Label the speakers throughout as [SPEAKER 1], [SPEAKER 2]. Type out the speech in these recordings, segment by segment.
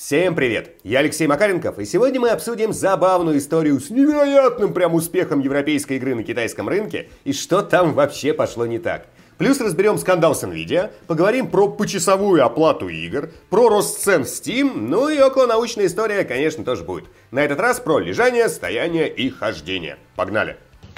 [SPEAKER 1] Всем привет! Я Алексей Макаренков, и сегодня мы обсудим забавную историю с невероятным прям успехом европейской игры на китайском рынке и что там вообще пошло не так. Плюс разберем скандал с Nvidia, поговорим про почасовую оплату игр, про рост цен в Steam, ну и околонаучная история, конечно, тоже будет. На этот раз про лежание, стояние и хождение. Погнали!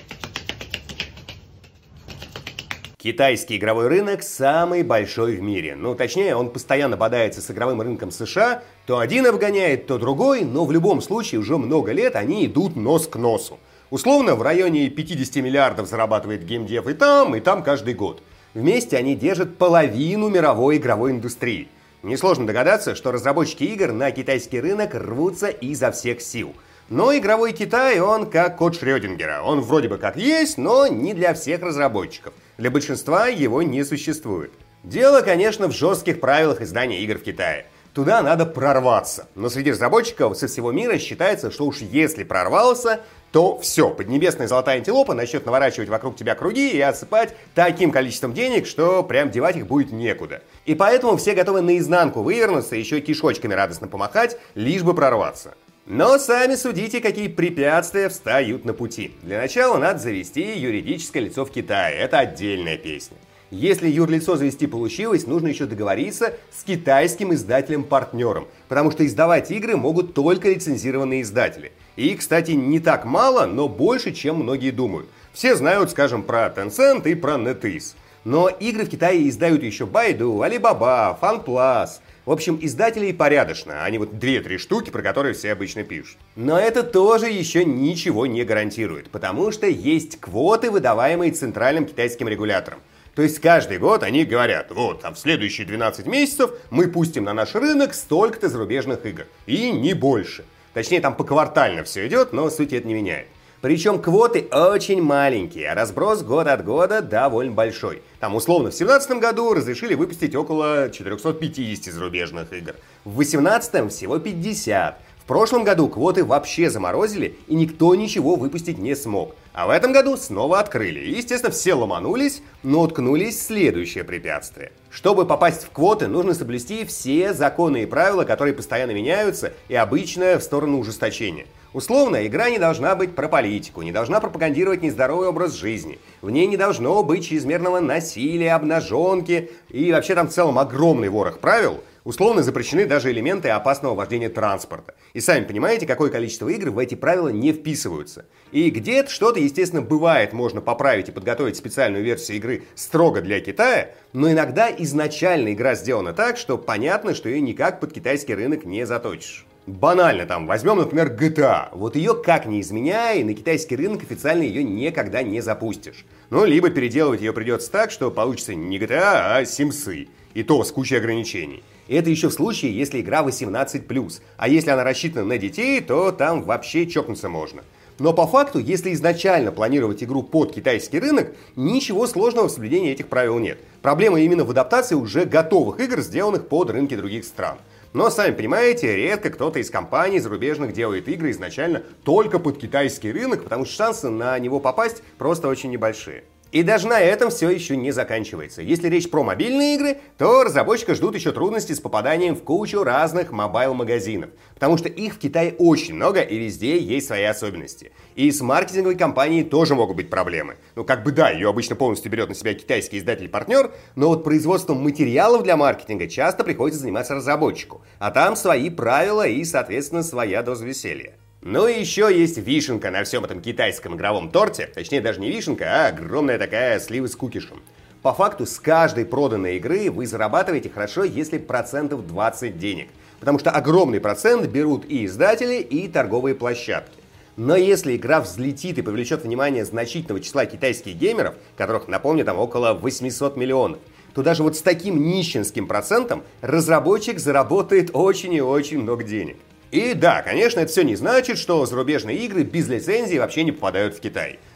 [SPEAKER 1] Китайский игровой рынок самый большой в мире. Ну, точнее, он постоянно бодается с игровым рынком США. То один обгоняет, то другой, но в любом случае уже много лет они идут нос к носу. Условно, в районе 50 миллиардов зарабатывает геймдев и там каждый год. Вместе они держат половину мировой игровой индустрии. Несложно догадаться, что разработчики игр на китайский рынок рвутся изо всех сил. Но игровой Китай, он как кот Шрёдингера. Он вроде бы как есть, но не для всех разработчиков. Для большинства его не существует. Дело, конечно, в жестких правилах издания игр в Китае. Туда надо прорваться. Но среди разработчиков со всего мира считается, что уж если прорвался, то все, поднебесная золотая антилопа начнет наворачивать вокруг тебя круги и отсыпать таким количеством денег, что прям девать их будет некуда. И поэтому все готовы наизнанку вывернуться, еще кишочками радостно помахать, лишь бы прорваться. Но сами судите, какие препятствия встают на пути. Для начала надо завести юридическое лицо в Китае. Это отдельная песня. Если юрлицо завести получилось, нужно еще договориться с китайским издателем-партнером. Потому что издавать игры могут только лицензированные издатели. И, кстати, не так мало, но больше, чем многие думают. Все знают, скажем, про Tencent и про NetEase. Но игры в Китае издают еще Baidu, Alibaba, FunPlus. В общем, издателей порядочно, а не вот 2-3 штуки, про которые все обычно пишут. Но это тоже еще ничего не гарантирует, потому что есть квоты, выдаваемые центральным китайским регулятором. То есть каждый год они говорят, вот, там в следующие 12 месяцев мы пустим на наш рынок столько-то зарубежных игр. И не больше. Точнее, там поквартально все идет, но суть это не меняет. Причем квоты очень маленькие, а разброс год от года довольно большой. Там условно в 2017 году разрешили выпустить около 450 зарубежных игр. В 2018 всего 50. В прошлом году квоты вообще заморозили, и никто ничего выпустить не смог. А в этом году снова открыли. И, естественно, все ломанулись, но уткнулись в следующее препятствие. Чтобы попасть в квоты, нужно соблюсти все законы и правила, которые постоянно меняются, и обычно в сторону ужесточения. Условно, игра не должна быть про политику, не должна пропагандировать нездоровый образ жизни. В ней не должно быть чрезмерного насилия, обнаженки и вообще там в целом огромный ворох правил. Условно запрещены даже элементы опасного вождения транспорта. И сами понимаете, какое количество игр в эти правила не вписываются. И где-то что-то, естественно, бывает, можно поправить и подготовить специальную версию игры строго для Китая, но иногда изначально игра сделана так, что понятно, что ее никак под китайский рынок не заточишь. Банально там, возьмем, например, GTA. Вот ее как ни изменяй, на китайский рынок официально ее никогда не запустишь. Ну, либо переделывать ее придется так, что получится не GTA, а Симсы. И то с кучей ограничений. И это еще в случае, если игра 18+. А если она рассчитана на детей, то там вообще чокнуться можно. Но по факту, если изначально планировать игру под китайский рынок, ничего сложного в соблюдении этих правил нет. Проблема именно в адаптации уже готовых игр, сделанных под рынки других стран. Но, сами понимаете, редко кто-то из компаний зарубежных делает игры изначально только под китайский рынок, потому что шансы на него попасть просто очень небольшие. И даже на этом все еще не заканчивается. Если речь про мобильные игры, то разработчика ждут еще трудности с попаданием в кучу разных мобайл-магазинов. Потому что их в Китае очень много и везде есть свои особенности. И с маркетинговой компанией тоже могут быть проблемы. Ну как бы да, ее обычно полностью берет на себя китайский издатель-партнер, но вот производством материалов для маркетинга часто приходится заниматься разработчику. А там свои правила и, соответственно, своя доза веселья. Ну и еще есть вишенка на всем этом китайском игровом торте. Точнее, даже не вишенка, а огромная такая слива с кукишем. По факту, с каждой проданной игры вы зарабатываете хорошо, если 20% денег. Потому что огромный процент берут и издатели, и торговые площадки. Но если игра взлетит и привлечет внимание значительного числа китайских геймеров, которых, напомню, там около 800 миллионов, то даже вот с таким нищенским процентом разработчик заработает очень и очень много денег. И да, конечно, это все не значит, что зарубежные игры без лицензии вообще не попадают в Китай.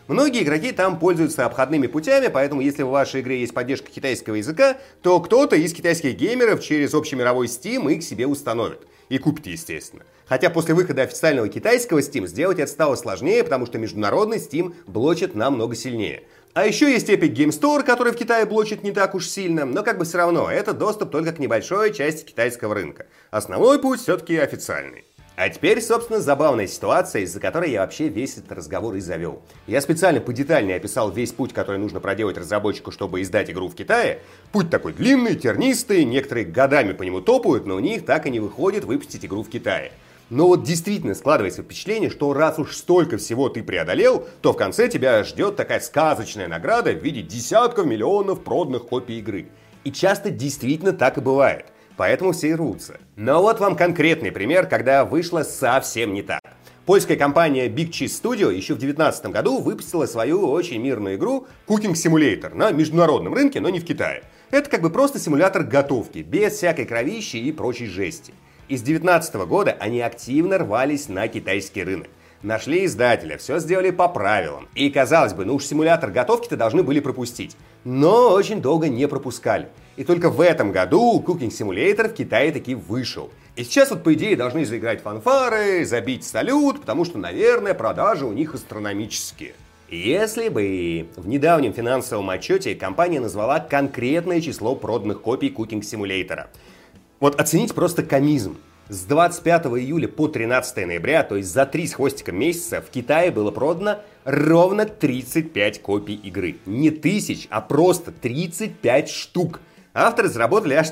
[SPEAKER 1] Многие игроки там пользуются обходными путями, поэтому если в вашей игре есть поддержка китайского языка, то кто-то из китайских геймеров через общемировой Steam их себе установит. И купит, естественно. Хотя после выхода официального китайского Steam сделать это стало сложнее, потому что международный Steam блочит намного сильнее. А еще есть Epic Game Store, который в Китае блочит не так уж сильно, но как бы все равно, это доступ только к небольшой части китайского рынка. Основной путь все-таки официальный. А теперь, собственно, забавная ситуация, из-за которой я вообще весь этот разговор и завел. Я специально подетальнее описал весь путь, который нужно проделать разработчику, чтобы издать игру в Китае. Путь такой длинный, тернистый, некоторые годами по нему топают, но у них так и не выходит выпустить игру в Китае. Но вот действительно складывается впечатление, что раз уж столько всего ты преодолел, то в конце тебя ждет такая сказочная награда в виде десятков миллионов проданных копий игры. И часто действительно так и бывает. Поэтому все и рвутся. Но вот вам конкретный пример, когда вышло совсем не так. Польская компания Big Cheese Studio еще в 2019 году выпустила свою очень мирную игру Cooking Simulator на международном рынке, но не в Китае. Это как бы просто симулятор готовки, без всякой кровищи и прочей жести. И с 2019 года они активно рвались на китайский рынок. Нашли издателя, все сделали по правилам. И казалось бы, ну уж симулятор готовки-то должны были пропустить. Но очень долго не пропускали. И только в этом году Cooking Simulator в Китае таки вышел. И сейчас вот по идее должны заиграть фанфары, забить салют, потому что, наверное, продажи у них астрономические. Если бы в недавнем финансовом отчете компания назвала конкретное число проданных копий Cooking Simulator. Вот оцените просто комизм. С 25 июля по 13 ноября, то есть за 3 с хвостиком месяца, в Китае было продано ровно 35 копий игры. Не тысяч, а просто 35 штук. Авторы заработали аж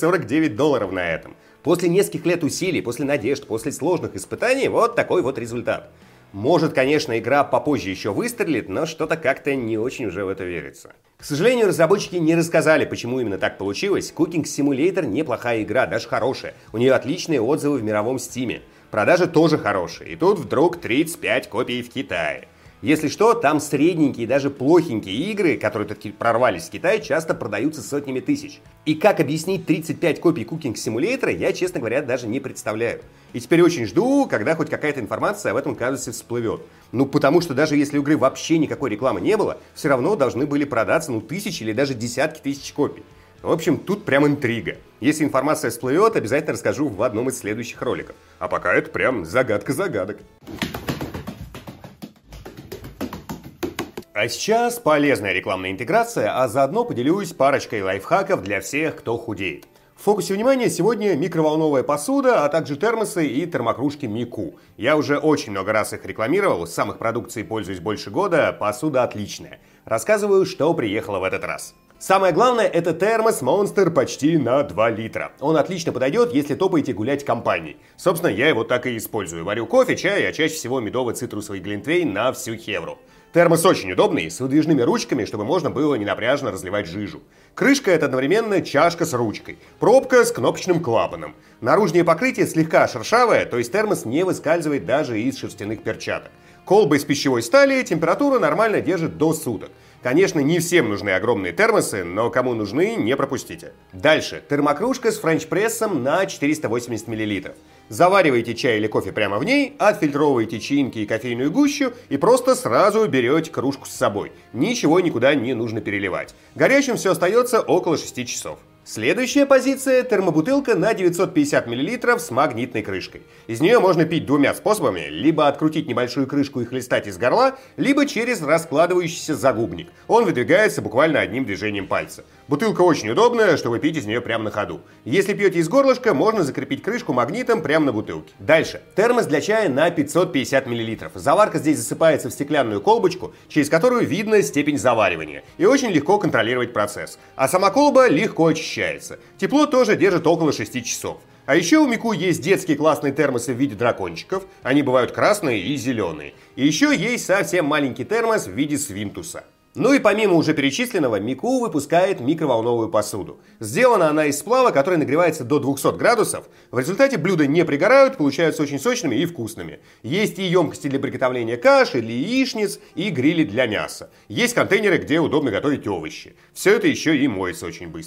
[SPEAKER 1] $349 на этом. После нескольких лет усилий, после надежд, после сложных испытаний, вот такой вот результат. Может, конечно, игра попозже еще выстрелит, но что-то как-то не очень уже в это верится. К сожалению, разработчики не рассказали, почему именно так получилось. Cooking Simulator неплохая игра, даже хорошая. У нее отличные отзывы в мировом Стиме. Продажи тоже хорошие. И тут вдруг 35 копий в Китае. Если что, там средненькие и даже плохенькие игры, которые таки прорвались в Китай, часто продаются сотнями тысяч. И как объяснить 35 копий Cooking Simulator, я, честно говоря, даже не представляю. И теперь очень жду, когда хоть какая-то информация об этом казусе всплывет. Ну, потому что даже если у игры вообще никакой рекламы не было, все равно должны были продаться, тысячи или даже десятки тысяч копий. В общем, тут прям интрига. Если информация всплывет, обязательно расскажу в одном из следующих роликов. А пока это прям загадка загадок. А сейчас полезная рекламная интеграция, а заодно поделюсь парочкой лайфхаков для всех, кто худеет. В фокусе внимания сегодня микроволновая посуда, а также термосы и термокружки Miku. Я уже очень много раз их рекламировал, с самых продукций пользуюсь больше года, посуда отличная. Рассказываю, что приехало в этот раз. Самое главное, это термос Monster почти на 2 литра. Он отлично подойдет, если топаете гулять компанией. Собственно, я его так и использую. Варю кофе, чай, а чаще всего медово-цитрусовый глинтвейн на всю хевру. Термос очень удобный, с выдвижными ручками, чтобы можно было ненапряжно разливать жижу. Крышка — это одновременно чашка с ручкой. Пробка с кнопочным клапаном. Наружное покрытие слегка шершавое, то есть термос не выскальзывает даже из шерстяных перчаток. Колба из пищевой стали, температура нормально держит до суток. Конечно, не всем нужны огромные термосы, но кому нужны, не пропустите. Дальше. Термокружка с френч-прессом на 480 мл. Завариваете чай или кофе прямо в ней, отфильтровываете чаинки и кофейную гущу и просто сразу берете кружку с собой. Ничего никуда не нужно переливать. Горячим все остается около 6 часов. Следующая позиция – термобутылка на 950 мл с магнитной крышкой. Из нее можно пить двумя способами – либо открутить небольшую крышку и хлестать из горла, либо через раскладывающийся загубник. Он выдвигается буквально одним движением пальца. Бутылка очень удобная, чтобы пить из нее прямо на ходу. Если пьете из горлышка, можно закрепить крышку магнитом прямо на бутылке. Дальше. Термос для чая на 550 мл. Заварка здесь засыпается в стеклянную колбочку, через которую видно степень заваривания. И очень легко контролировать процесс. А сама колба легко очищается. Тепло тоже держит около 6 часов. А еще у Miku есть детские классные термосы в виде дракончиков. Они бывают красные и зеленые. И еще есть совсем маленький термос в виде свинтуса. Ну и помимо уже перечисленного, Miku выпускает микроволновую посуду. Сделана она из сплава, который нагревается до 200 градусов. В результате блюда не пригорают, получаются очень сочными и вкусными. Есть и емкости для приготовления каши, для яичниц и грили для мяса. Есть контейнеры, где удобно готовить овощи. Все это еще и моется очень быстро.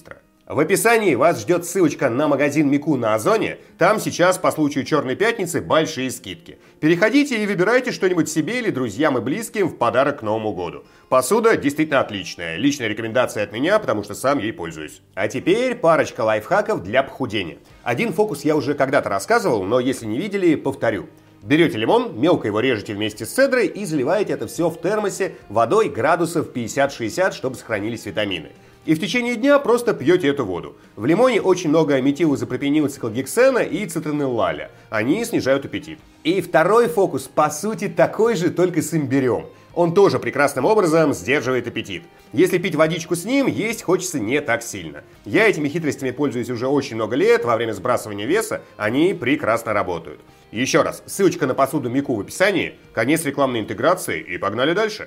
[SPEAKER 1] В описании вас ждет ссылочка на магазин Miku на Озоне. Там сейчас по случаю Черной Пятницы большие скидки. Переходите и выбирайте что-нибудь себе или друзьям и близким в подарок к Новому году. Посуда действительно отличная. Личная рекомендация от меня, потому что сам ей пользуюсь. А теперь парочка лайфхаков для похудения. Один фокус я уже когда-то рассказывал, но если не видели, повторю. Берете лимон, мелко его режете вместе с цедрой и заливаете это все в термосе водой градусов 50-60, чтобы сохранились витамины. И в течение дня просто пьете эту воду. В лимоне очень много метилизопропенилциклогексена и цитронеллаля. Они снижают аппетит. И второй фокус, по сути, такой же, только с имбирем. Он тоже прекрасным образом сдерживает аппетит. Если пить водичку с ним, есть хочется не так сильно. Я этими хитростями пользуюсь уже очень много лет, во время сбрасывания веса они прекрасно работают. Еще раз, ссылочка на посуду Miku в описании, конец рекламной интеграции и погнали дальше.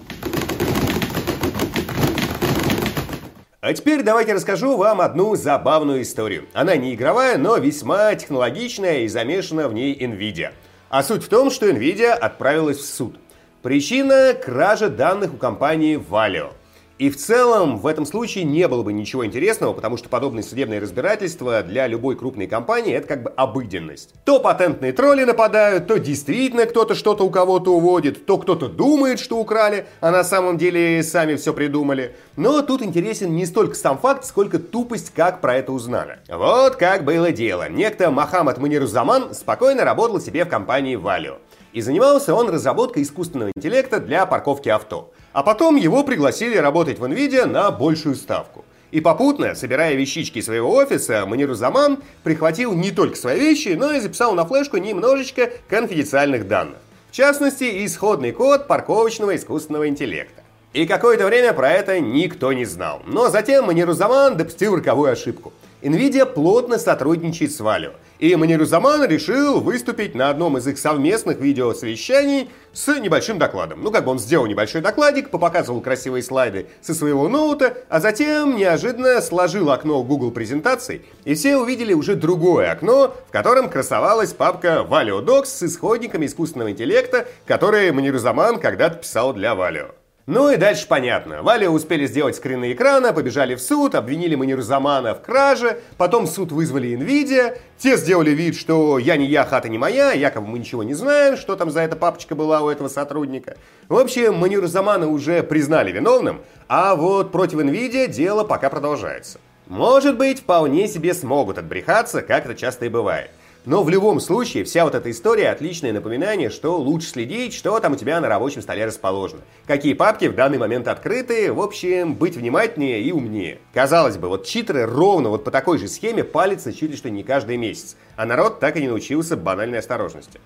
[SPEAKER 1] А теперь давайте расскажу вам одну забавную историю. Она не игровая, но весьма технологичная и замешана в ней Nvidia. А суть в том, что Nvidia отправилась в суд. Причина – кража данных у компании Valeo. И в целом в этом случае не было бы ничего интересного, потому что подобные судебные разбирательства для любой крупной компании – это как бы обыденность. То патентные тролли нападают, то действительно кто-то что-то у кого-то уводит, то кто-то думает, что украли, а на самом деле сами все придумали. Но тут интересен не столько сам факт, сколько тупость, как про это узнали. Вот как было дело. Некто Мохаммад Манируззаман спокойно работал себе в компании Valeo. И занимался он разработкой искусственного интеллекта для парковки авто. А потом его пригласили работать в Nvidia на большую ставку. И попутно, собирая вещички своего офиса, Манируззаман прихватил не только свои вещи, но и записал на флешку немножечко конфиденциальных данных. В частности, исходный код парковочного искусственного интеллекта. И какое-то время про это никто не знал. Но затем Манируззаман допустил роковую ошибку. Nvidia плотно сотрудничает с Valeo. И Манируззаман решил выступить на одном из их совместных видеосовещаний с небольшим докладом. Ну, как бы он сделал небольшой докладик, попоказывал красивые слайды со своего ноута, а затем неожиданно сложил окно Google презентаций, и все увидели уже другое окно, в котором красовалась папка Valeo Docs с исходниками искусственного интеллекта, которые Манируззаман когда-то писал для Valeo. Ну и дальше понятно. Valeo успели сделать скрины экрана, побежали в суд, обвинили Манируззамана в краже, потом в суд вызвали Nvidia, те сделали вид, что я не я, хата не моя, якобы мы ничего не знаем, что там за эта папочка была у этого сотрудника. В общем, Манируззамана уже признали виновным, а вот против Nvidia дело пока продолжается. Может быть, вполне себе смогут отбрехаться, как это часто и бывает. Но в любом случае, вся вот эта история отличное напоминание, что лучше следить, что там у тебя на рабочем столе расположено. Какие папки в данный момент открыты, в общем, быть внимательнее и умнее. Казалось бы, вот читеры ровно вот по такой же схеме палятся чуть ли что не каждый месяц, а народ так и не научился банальной осторожности.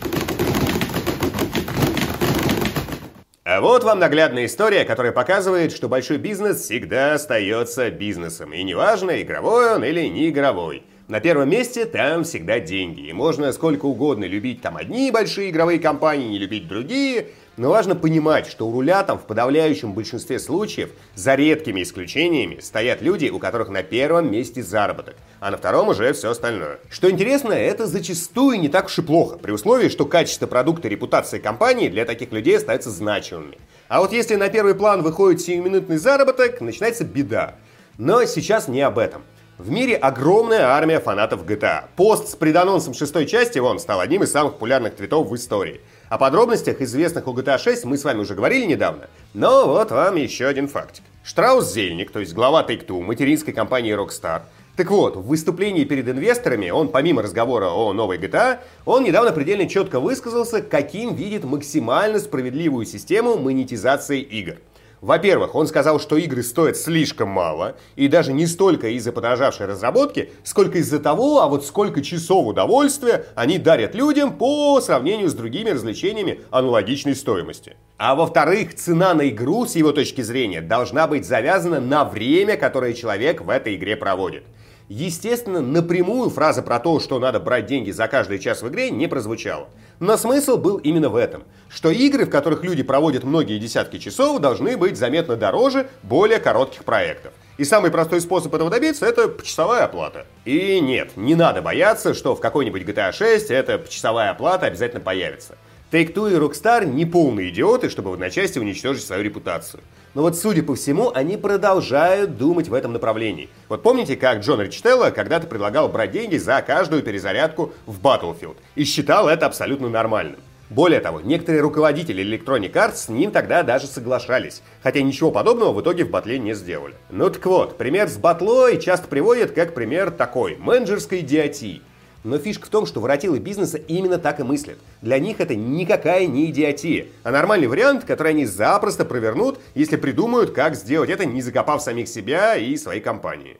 [SPEAKER 1] А вот вам наглядная история, которая показывает, что большой бизнес всегда остается бизнесом. И неважно, игровой он или не игровой. На первом месте там всегда деньги. И можно сколько угодно любить там одни большие игровые компании, не любить другие. Но важно понимать, что у руля там в подавляющем большинстве случаев, за редкими исключениями, стоят люди, у которых на первом месте заработок, а на втором уже все остальное. Что интересно, это зачастую не так уж и плохо, при условии, что качество продукта и репутация компании для таких людей остаются значимыми. А вот если на первый план выходит сиюминутный заработок, начинается беда. Но сейчас не об этом. В мире огромная армия фанатов GTA. Пост с преданонсом 6-й части вон стал одним из самых популярных твитов в истории. О подробностях, известных о GTA 6, мы с вами уже говорили недавно. Но вот вам еще один фактик. Штраус Зельник, то есть глава Take-Two, материнской компании Rockstar. Так вот, в выступлении перед инвесторами, он помимо разговора о новой GTA, он недавно предельно четко высказался, каким видит максимально справедливую систему монетизации игр. Во-первых, он сказал, что игры стоят слишком мало, и даже не столько из-за подорожавшей разработки, сколько из-за того, а вот сколько часов удовольствия они дарят людям по сравнению с другими развлечениями аналогичной стоимости. А во-вторых, цена на игру, с его точки зрения, должна быть завязана на время, которое человек в этой игре проводит. Естественно, напрямую фраза про то, что надо брать деньги за каждый час в игре, не прозвучала. Но смысл был именно в этом, что игры, в которых люди проводят многие десятки часов, должны быть заметно дороже более коротких проектов. И самый простой способ этого добиться – это почасовая оплата. И нет, не надо бояться, что в какой-нибудь GTA 6 эта почасовая оплата обязательно появится. Take-Two и Rockstar не полные идиоты, чтобы в одночасье уничтожить свою репутацию. Но вот, судя по всему, они продолжают думать в этом направлении. Вот помните, как Джон Ричтелло когда-то предлагал брать деньги за каждую перезарядку в Battlefield и считал это абсолютно нормальным. Более того, некоторые руководители Electronic Arts с ним тогда даже соглашались, хотя ничего подобного в итоге в батле не сделали. Ну так вот, пример с батлой часто приводят как пример такой менеджерской идиотии. Но фишка в том, что воротилы бизнеса именно так и мыслят. Для них это никакая не идиотия, а нормальный вариант, который они запросто провернут, если придумают, как сделать это, не закопав самих себя и своей компании.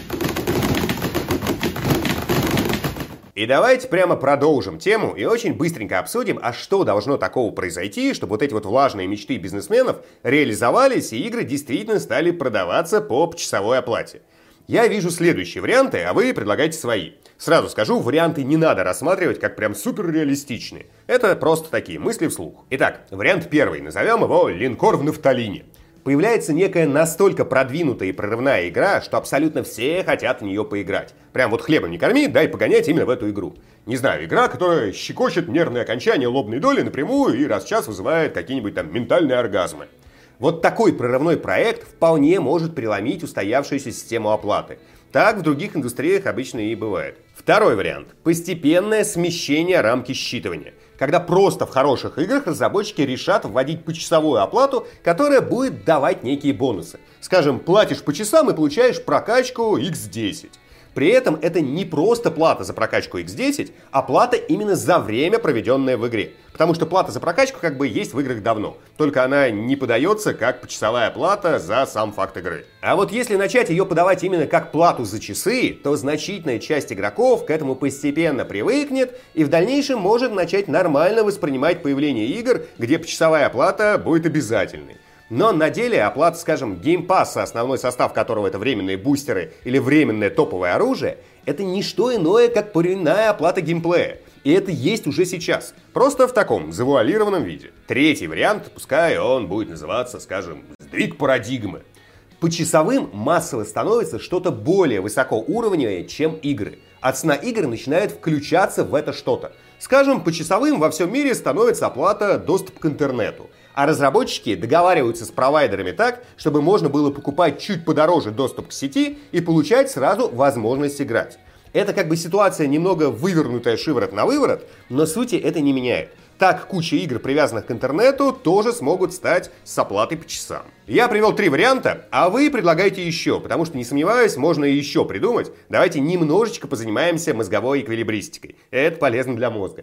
[SPEAKER 1] И давайте прямо продолжим тему и очень быстренько обсудим, а что должно такого произойти, чтобы вот эти вот влажные мечты бизнесменов реализовались и игры действительно стали продаваться по почасовой оплате. Я вижу следующие варианты, а вы предлагайте свои. Сразу скажу, варианты не надо рассматривать как прям суперреалистичные. Это просто такие мысли вслух. Итак, вариант первый, назовем его «Линкор в нафталине». Появляется некая настолько продвинутая и прорывная игра, что абсолютно все хотят в нее поиграть. Прям вот хлебом не корми, дай погонять именно в эту игру. Не знаю, игра, которая щекочет нервные окончания лобной доли напрямую и раз в час вызывает какие-нибудь там ментальные оргазмы. Вот такой прорывной проект вполне может преломить устоявшуюся систему оплаты. Так в других индустриях обычно и бывает. Второй вариант. Постепенное смещение рамки считывания. Когда просто в хороших играх разработчики решат вводить почасовую оплату, которая будет давать некие бонусы. Скажем, платишь по часам и получаешь прокачку x10. При этом это не просто плата за прокачку x10, а плата именно за время, проведенное в игре. Потому что плата за прокачку как бы есть в играх давно, только она не подается как почасовая плата за сам факт игры. А вот если начать ее подавать именно как плату за часы, то значительная часть игроков к этому постепенно привыкнет и в дальнейшем может начать нормально воспринимать появление игр, где почасовая оплата будет обязательной. Но на деле оплата, скажем, геймпасса, основной состав которого это временные бустеры или временное топовое оружие, это не что иное, как порывная оплата геймплея. И это есть уже сейчас, просто в таком завуалированном виде. Третий вариант, пускай он будет называться, скажем, сдвиг парадигмы. По часовым массово становится что-то более высокоуровневое, чем игры. А цена игр начинает включаться в это что-то. Скажем, по часовым во всем мире становится оплата доступ к интернету. А разработчики договариваются с провайдерами так, чтобы можно было покупать чуть подороже доступ к сети и получать сразу возможность играть. Это как бы ситуация немного вывернутая шиворот на выворот, но сути это не меняет. Так куча игр, привязанных к интернету, тоже смогут стать с оплатой по часам. Я привел 3 варианта, а вы предлагайте еще, потому что, не сомневаюсь, можно и еще придумать. Давайте немножечко позанимаемся мозговой эквилибристикой. Это полезно для мозга.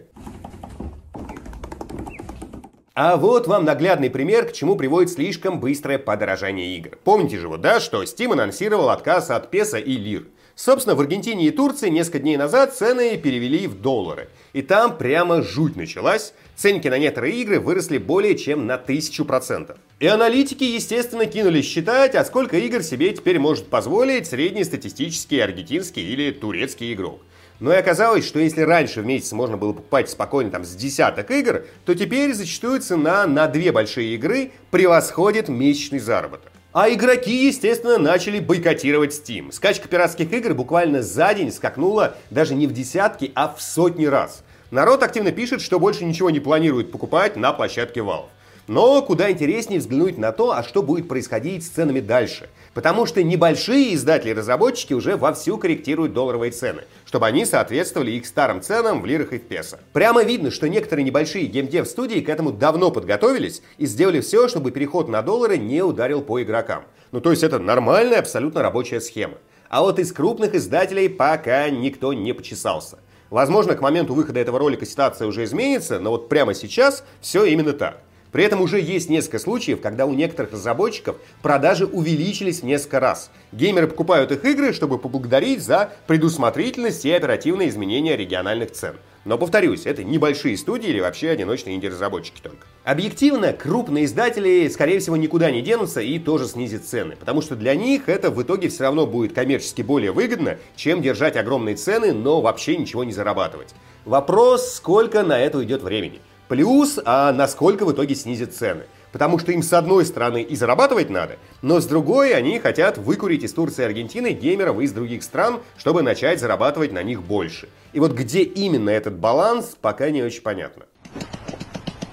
[SPEAKER 1] А вот вам наглядный пример, к чему приводит слишком быстрое подорожание игр. Помните же, да, что Steam анонсировал отказ от песо и лир. Собственно, в Аргентине и Турции несколько дней назад цены перевели в доллары. И там прямо жуть началась. Ценники на некоторые игры выросли более чем на 1000%. И аналитики, естественно, кинулись считать, а сколько игр себе теперь может позволить среднестатистический аргентинский или турецкий игрок. Но и оказалось, что если раньше в месяц можно было покупать спокойно там с десяток игр, то теперь зачастую цена на 2 большие игры превосходит месячный заработок. А игроки, естественно, начали бойкотировать Steam. Скачка пиратских игр буквально за день скакнула даже не в десятки, а в сотни раз. Народ активно пишет, что больше ничего не планирует покупать на площадке Valve. Но куда интереснее взглянуть на то, а что будет происходить с ценами дальше. Потому что небольшие издатели и разработчики уже вовсю корректируют долларовые цены, чтобы они соответствовали их старым ценам в лирах и в песо. Прямо видно, что некоторые небольшие геймдев-студии к этому давно подготовились и сделали все, чтобы переход на доллары не ударил по игрокам. Ну то есть это нормальная, абсолютно рабочая схема. А вот из крупных издателей пока никто не почесался. Возможно, к моменту выхода этого ролика ситуация уже изменится, но вот прямо сейчас все именно так. При этом уже есть несколько случаев, когда у некоторых разработчиков продажи увеличились в несколько раз. Геймеры покупают их игры, чтобы поблагодарить за предусмотрительность и оперативные изменения региональных цен. Но повторюсь, это небольшие студии или вообще одиночные инди-разработчики только. Объективно, крупные издатели, скорее всего, никуда не денутся и тоже снизят цены, потому что для них это в итоге все равно будет коммерчески более выгодно, чем держать огромные цены, но вообще ничего не зарабатывать. Вопрос, сколько на это уйдет времени. Плюс, а насколько в итоге снизят цены. Потому что им с одной стороны и зарабатывать надо, но с другой они хотят выкурить из Турции и Аргентины геймеров из других стран, чтобы начать зарабатывать на них больше. И вот где именно этот баланс, пока не очень понятно.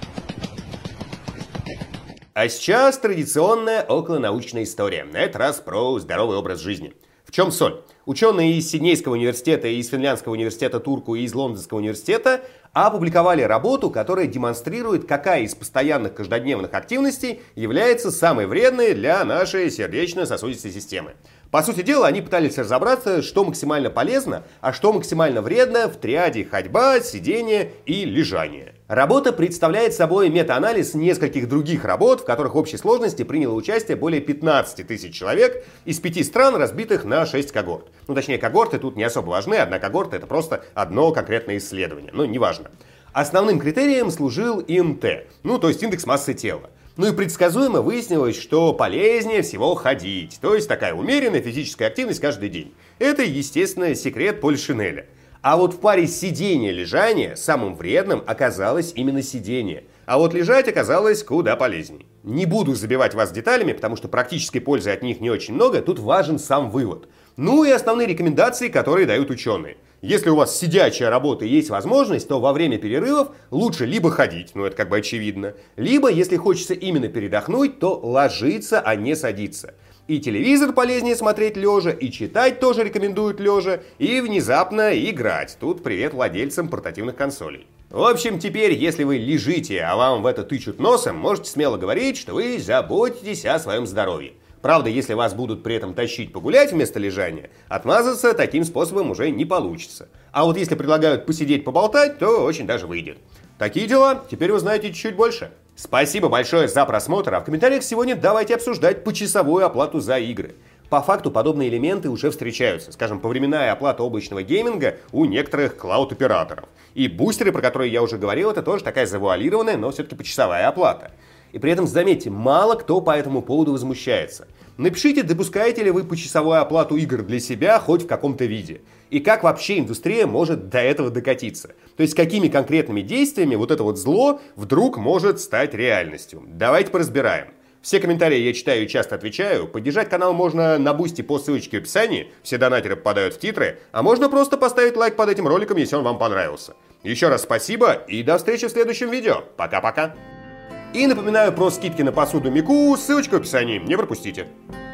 [SPEAKER 1] А сейчас традиционная околонаучная история. На этот раз про здоровый образ жизни. В чем соль? Ученые из Сиднейского университета, из Финляндского университета Турку и из Лондонского университета опубликовали работу, которая демонстрирует, какая из постоянных каждодневных активностей является самой вредной для нашей сердечно-сосудистой системы. По сути дела, они пытались разобраться, что максимально полезно, а что максимально вредно в триаде ходьба, сидение и лежание. Работа представляет собой метаанализ нескольких других работ, в которых в общей сложности приняло участие более 15 тысяч человек из 5 стран, разбитых на 6 когорт. Ну, точнее, когорты тут не особо важны, одна когорта — это просто одно конкретное исследование, но неважно. Основным критерием служил ИМТ, то есть индекс массы тела. Ну и предсказуемо выяснилось, что полезнее всего ходить, то есть такая умеренная физическая активность каждый день. Это, естественно, секрет Полишинеля. А вот в паре сидения-лежания самым вредным оказалось именно сидение. А вот лежать оказалось куда полезнее. Не буду забивать вас деталями, потому что практической пользы от них не очень много, тут важен сам вывод. Ну и основные рекомендации, которые дают ученые. Если у вас сидячая работа и есть возможность, то во время перерывов лучше либо ходить, это как бы очевидно, либо, если хочется именно передохнуть, то ложиться, а не садиться. И телевизор полезнее смотреть лежа, и читать тоже рекомендуют лежа, и внезапно играть. Тут привет владельцам портативных консолей. В общем, теперь, если вы лежите, а вам в это тычут носом, можете смело говорить, что вы заботитесь о своем здоровье. Правда, если вас будут при этом тащить погулять вместо лежания, отмазаться таким способом уже не получится. А вот если предлагают посидеть, поболтать, то очень даже выйдет. Такие дела, теперь вы знаете чуть больше. Спасибо большое за просмотр, а в комментариях сегодня давайте обсуждать почасовую оплату за игры. По факту подобные элементы уже встречаются, скажем, повременная оплата облачного гейминга у некоторых клауд-операторов. И бустеры, про которые я уже говорил, это тоже такая завуалированная, но все-таки почасовая оплата. И при этом, заметьте, мало кто по этому поводу возмущается. Напишите, допускаете ли вы почасовую оплату игр для себя хоть в каком-то виде. И как вообще индустрия может до этого докатиться. То есть, какими конкретными действиями вот это вот зло вдруг может стать реальностью. Давайте поразбираем. Все комментарии я читаю и часто отвечаю. Поддержать канал можно на бусти по ссылочке в описании. Все донатеры попадают в титры. А можно просто поставить лайк под этим роликом, если он вам понравился. Еще раз спасибо и до встречи в следующем видео. Пока-пока. И напоминаю про скидки на посуду Мику, ссылочка в описании, не пропустите.